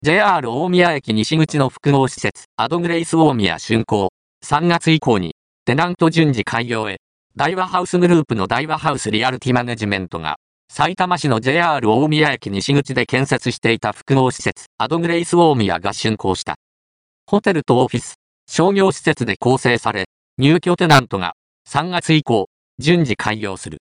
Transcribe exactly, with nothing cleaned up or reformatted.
ジェイアール 大宮駅西口の複合施設、アドグレイス大宮竣工。さんがつ以降に、テナント順次開業へ。大和ハウスグループの大和ハウスリアルティマネジメントが、さいたま市の ジェイアール 大宮駅西口で建設していた複合施設、アドグレイス大宮が竣工した。ホテルとオフィス、商業施設で構成され、入居テナントがさんがつ以降、順次開業する。